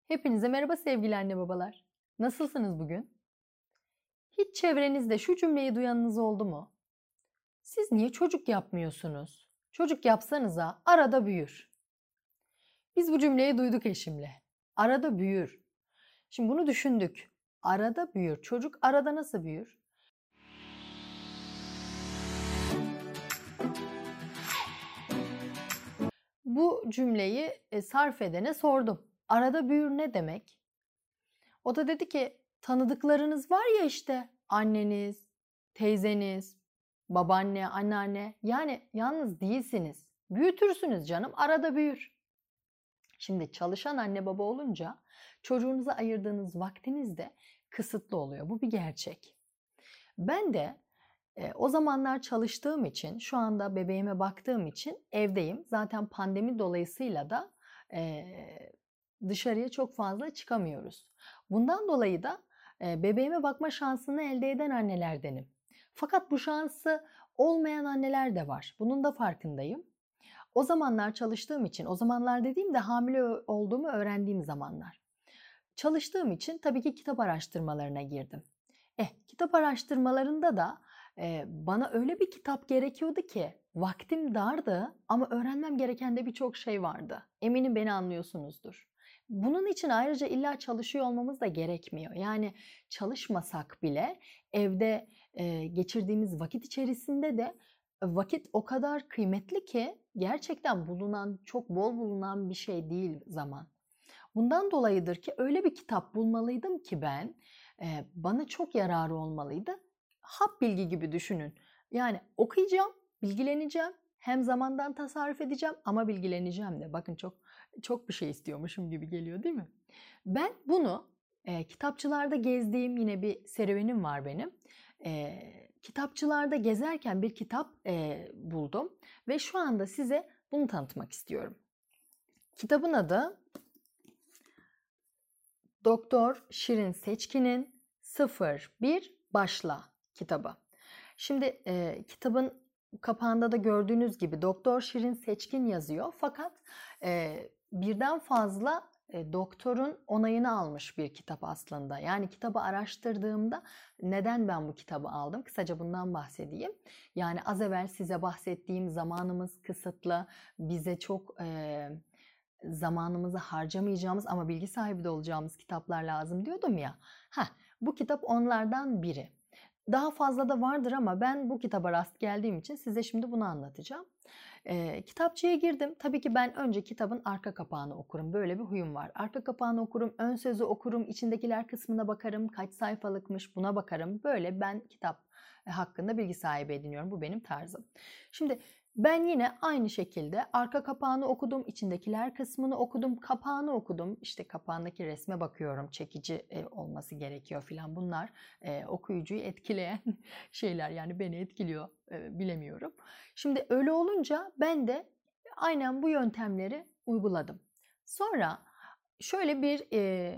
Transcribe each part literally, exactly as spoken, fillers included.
Hepinize merhaba sevgili anne babalar. Nasılsınız bugün? Hiç çevrenizde şu cümleyi duyanınız oldu mu? Siz niye çocuk yapmıyorsunuz? Çocuk yapsanıza arada büyür. Biz bu cümleyi duyduk eşimle. Arada büyür. Şimdi bunu düşündük. Arada büyür. Çocuk arada nasıl büyür? Bu cümleyi e, sarf edene sordum. Arada büyür ne demek? O da dedi ki tanıdıklarınız var ya işte anneniz, teyzeniz, babaanne, anneanne. Yani yalnız değilsiniz. Büyütürsünüz canım, arada büyür. Şimdi çalışan anne baba olunca çocuğunuza ayırdığınız vaktiniz de kısıtlı oluyor. Bu bir gerçek. Ben de e, o zamanlar çalıştığım için, şu anda bebeğime baktığım için evdeyim. Zaten pandemi dolayısıyla da e, dışarıya çok fazla çıkamıyoruz. Bundan dolayı da e, bebeğime bakma şansını elde eden annelerdenim. Fakat bu şansı olmayan anneler de var. Bunun da farkındayım. O zamanlar çalıştığım için, o zamanlar dediğimde hamile olduğumu öğrendiğim zamanlar. Çalıştığım için tabii ki kitap araştırmalarına girdim. Eh, kitap araştırmalarında da e, bana öyle bir kitap gerekiyordu ki vaktim dardı ama öğrenmem gereken de birçok şey vardı. Eminim beni anlıyorsunuzdur. Bunun için ayrıca illa çalışıyor olmamız da gerekmiyor. Yani çalışmasak bile evde e, geçirdiğimiz vakit içerisinde de vakit o kadar kıymetli ki gerçekten bulunan, çok bol bulunan bir şey değil zaman. Bundan dolayıdır ki öyle bir kitap bulmalıydım ki ben, e, bana çok yararı olmalıydı. Hap bilgi gibi düşünün. Yani okuyacağım, bilgileneceğim, hem zamandan tasarruf edeceğim ama bilgileneceğim de. Bakın çok çok bir şey istiyormuşum gibi geliyor değil mi? Ben bunu e, kitapçılarda gezdiğim yine bir serüvenim var benim. E, kitapçılarda gezerken bir kitap e, buldum ve şu anda size bunu tanıtmak istiyorum. Kitabın adı Doktor Şirin Seçkin'in sıfır bir Başla kitabı. Şimdi e, kitabın kapağında da gördüğünüz gibi Doktor Şirin Seçkin yazıyor. Fakat e, birden fazla e, doktorun onayını almış bir kitap aslında. Yani kitabı araştırdığımda neden ben bu kitabı aldım? Kısaca bundan bahsedeyim. Yani az evvel size bahsettiğim zamanımız kısıtlı, bize çok E, zamanımızı harcamayacağımız ama bilgi sahibi de olacağımız kitaplar lazım diyordum ya. Heh, bu kitap onlardan biri. Daha fazla da vardır ama ben bu kitaba rast geldiğim için size şimdi bunu anlatacağım. E, kitapçıya girdim. Tabii ki ben önce kitabın arka kapağını okurum. Böyle bir huyum var. Arka kapağını okurum, ön sözü okurum, içindekiler kısmına bakarım, kaç sayfalıkmış buna bakarım. Böyle ben kitap hakkında bilgi sahibi ediniyorum. Bu benim tarzım. Şimdi ben yine aynı şekilde arka kapağını okudum, içindekiler kısmını okudum, kapağını okudum. İşte kapağındaki resme bakıyorum, çekici olması gerekiyor filan. Bunlar e, okuyucuyu etkileyen şeyler, yani beni etkiliyor, e, bilemiyorum. Şimdi öyle olunca ben de aynen bu yöntemleri uyguladım. Sonra şöyle bir e,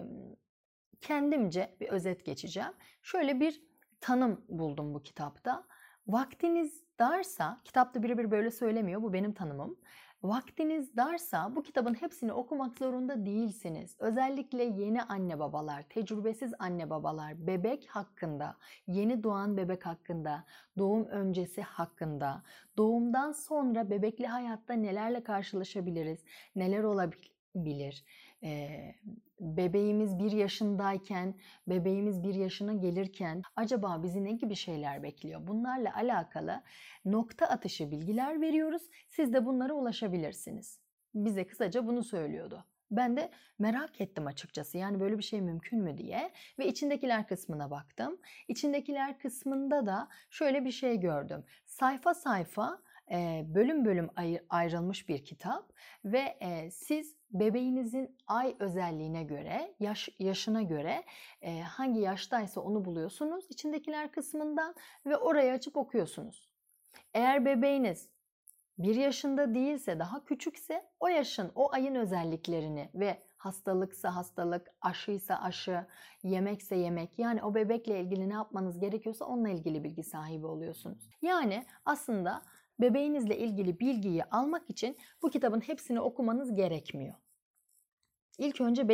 kendimce bir özet geçeceğim. Şöyle bir tanım buldum bu kitapta. Vaktiniz darsa, kitapta birebir böyle söylemiyor, bu benim tanımım. Vaktiniz darsa bu kitabın hepsini okumak zorunda değilsiniz. Özellikle yeni anne babalar, tecrübesiz anne babalar, bebek hakkında, yeni doğan bebek hakkında, doğum öncesi hakkında, doğumdan sonra bebekli hayatta nelerle karşılaşabiliriz, neler olabilir, ee, bebeğimiz bir yaşındayken, bebeğimiz bir yaşına gelirken acaba bizi ne gibi şeyler bekliyor? Bunlarla alakalı nokta atışı bilgiler veriyoruz. Siz de bunlara ulaşabilirsiniz. Bize kısaca bunu söylüyordu. Ben de merak ettim açıkçası. Yani böyle bir şey mümkün mü diye ve içindekiler kısmına baktım. İçindekiler kısmında da şöyle bir şey gördüm. Sayfa sayfa bölüm bölüm ayrılmış bir kitap ve siz bebeğinizin ay özelliğine göre, yaş, yaşına göre hangi yaştaysa onu buluyorsunuz içindekiler kısmından ve orayı açıp okuyorsunuz. Eğer bebeğiniz bir yaşında değilse, daha küçükse o yaşın, o ayın özelliklerini ve hastalıksa hastalık, aşıysa aşı, yemekse yemek, yani o bebekle ilgili ne yapmanız gerekiyorsa onunla ilgili bilgi sahibi oluyorsunuz. Yani aslında bebeğinizle ilgili bilgiyi almak için bu kitabın hepsini okumanız gerekmiyor. İlk önce beni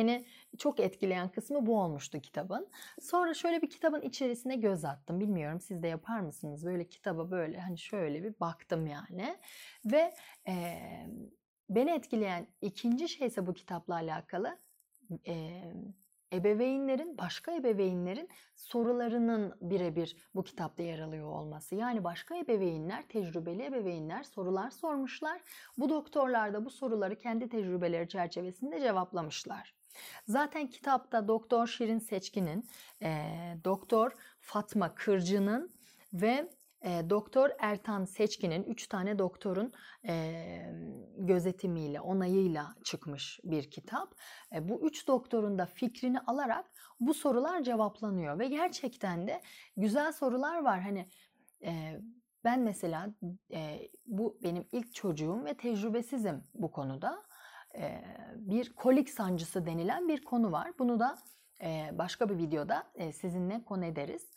çok etkileyen kısmı bu olmuştu kitabın. Sonra şöyle bir kitabın içerisine göz attım. Bilmiyorum siz de yapar mısınız? Böyle kitaba böyle hani şöyle bir baktım yani. Ve e, beni etkileyen ikinci şey ise bu kitapla alakalı e, ebeveynlerin, başka ebeveynlerin sorularının birebir bu kitapta yer alıyor olması. Yani başka ebeveynler, tecrübeli ebeveynler sorular sormuşlar. Bu doktorlar da bu soruları kendi tecrübeleri çerçevesinde cevaplamışlar. Zaten kitapta Doktor Şirin Seçkin'in, e, Doktor Fatma Kırcı'nın ve e, Doktor Ertan Seçkin'in, üç tane doktorun e, gözetimiyle, onayıyla çıkmış bir kitap. E, bu üç doktorun da fikrini alarak bu sorular cevaplanıyor ve gerçekten de güzel sorular var. Hani e, ben mesela e, bu benim ilk çocuğum ve tecrübesizim bu konuda. E, bir kolik sancısı denilen bir konu var. Bunu da e, başka bir videoda e, sizinle konu ederiz.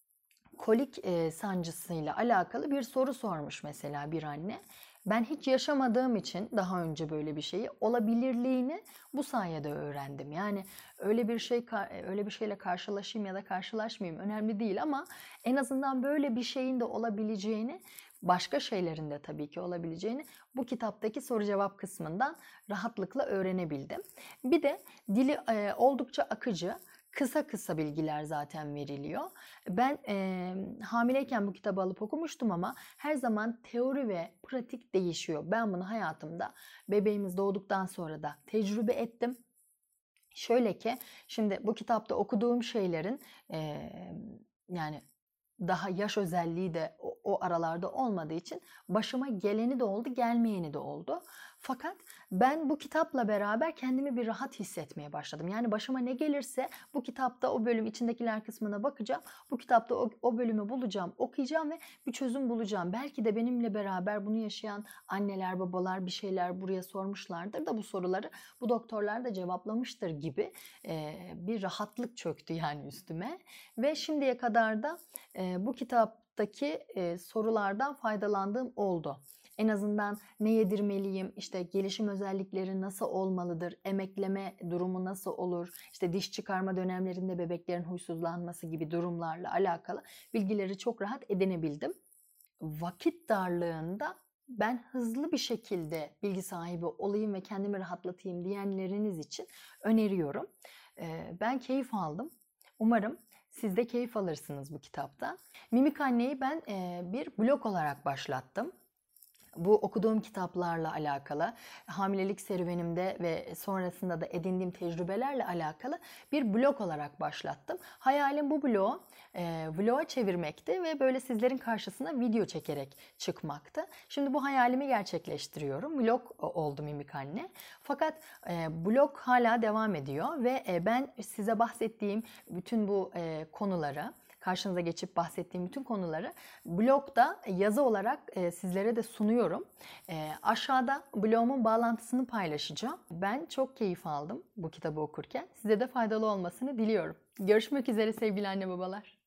Kolik e, sancısıyla alakalı bir soru sormuş mesela bir anne. Ben hiç yaşamadığım için daha önce böyle bir şeyi olabilirliğini bu sayede öğrendim. Yani öyle bir şey öyle bir şeyle karşılaşayım ya da karşılaşmayayım önemli değil ama en azından böyle bir şeyin de olabileceğini, başka şeylerin de tabii ki olabileceğini bu kitaptaki soru cevap kısmından rahatlıkla öğrenebildim. Bir de dili e, oldukça akıcı. Kısa kısa bilgiler zaten veriliyor. Ben e, hamileyken bu kitabı alıp okumuştum ama her zaman teori ve pratik değişiyor. Ben bunu hayatımda bebeğimiz doğduktan sonra da tecrübe ettim. Şöyle ki şimdi bu kitapta okuduğum şeylerin e, yani daha yaş özelliği de o, o aralarda olmadığı için başıma geleni de oldu, gelmeyeni de oldu. Fakat ben bu kitapla beraber kendimi bir rahat hissetmeye başladım. Yani başıma ne gelirse bu kitapta o bölüm içindekiler kısmına bakacağım. Bu kitapta o, o bölümü bulacağım, okuyacağım ve bir çözüm bulacağım. Belki de benimle beraber bunu yaşayan anneler, babalar bir şeyler buraya sormuşlardır da bu soruları bu doktorlar da cevaplamıştır gibi e, bir rahatlık çöktü yani üstüme. Ve şimdiye kadar da e, bu kitaptaki e, sorulardan faydalandığım oldu. En azından ne yedirmeliyim, işte gelişim özellikleri nasıl olmalıdır, emekleme durumu nasıl olur, işte diş çıkarma dönemlerinde bebeklerin huysuzlanması gibi durumlarla alakalı bilgileri çok rahat edinebildim. Vakit darlığında ben hızlı bir şekilde bilgi sahibi olayım ve kendimi rahatlatayım diyenleriniz için öneriyorum. Ben keyif aldım. Umarım siz de keyif alırsınız bu kitapta. Mimik Anne'yi ben bir blog olarak başlattım. Bu okuduğum kitaplarla alakalı, hamilelik serüvenimde ve sonrasında da edindiğim tecrübelerle alakalı bir blog olarak başlattım. Hayalim bu blogu e, vloga çevirmekti ve böyle sizlerin karşısına video çekerek çıkmaktı. Şimdi bu hayalimi gerçekleştiriyorum. Vlog oldu Mimik Anne. Fakat e, blog hala devam ediyor ve e, ben size bahsettiğim bütün bu e, konuları, karşınıza geçip bahsettiğim bütün konuları blogda yazı olarak e, sizlere de sunuyorum. E, aşağıda blogumun bağlantısını paylaşacağım. Ben çok keyif aldım bu kitabı okurken. Size de faydalı olmasını diliyorum. Görüşmek üzere sevgili anne babalar.